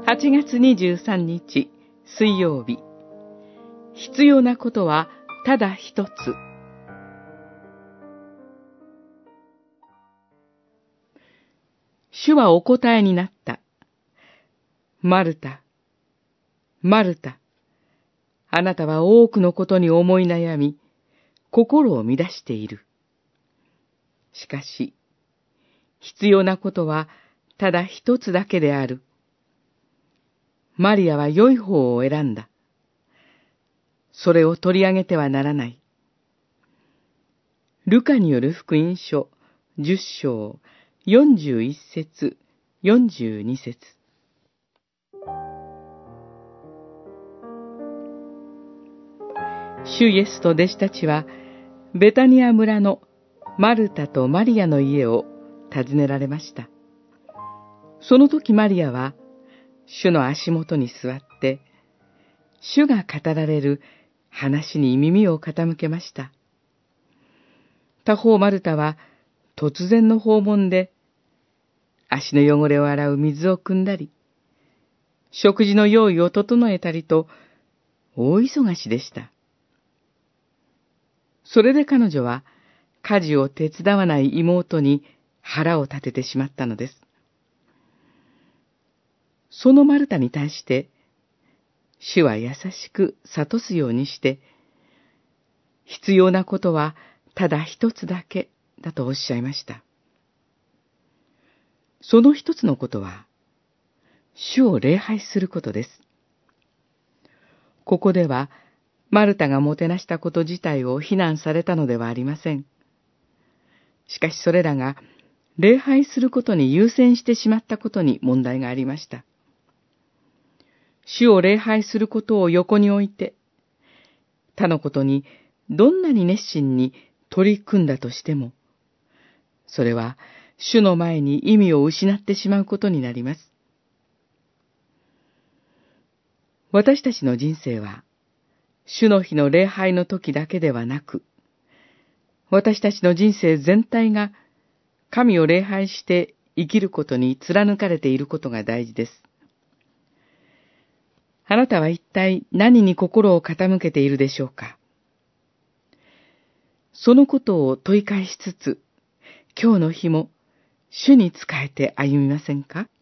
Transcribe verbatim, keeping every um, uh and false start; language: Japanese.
はちがつにじゅうさんにち水曜日。必要なことはただ一つ。主はお答えになった。マルタ、マルタ、あなたは多くのことに思い悩み、心を乱している。しかし、必要なことはただ一つだけである。マリアは良い方を選んだ。それを取り上げてはならない。ルカによる福音書じゅっしょうよんじゅういっせつよんじゅうにせつ。主イエスと弟子たちはベタニア村のマルタとマリアの家を訪ねられました。その時マリアは主の足元に座って、主が語られる話に耳を傾けました。他方マルタは突然の訪問で、足の汚れを洗う水を汲んだり、食事の用意を整えたりと、大忙しでした。それで彼女は、家事を手伝わない妹に腹を立ててしまったのです。そのマルタに対して、主は優しく諭すようにして、必要なことはただ一つだけだとおっしゃいました。その一つのことは、主を礼拝することです。ここでは、マルタがもてなしたこと自体を非難されたのではありません。しかしそれらが、礼拝することに優先してしまったことに問題がありました。主を礼拝することを横に置いて、他のことにどんなに熱心に取り組んだとしても、それは主の前に意味を失ってしまうことになります。私たちの人生は、主の日の礼拝の時だけではなく、私たちの人生全体が神を礼拝して生きることに貫かれていることが大事です。あなたは一体何に心を傾けているでしょうか。そのことを問い返しつつ、今日の日も主に仕えて歩みませんか。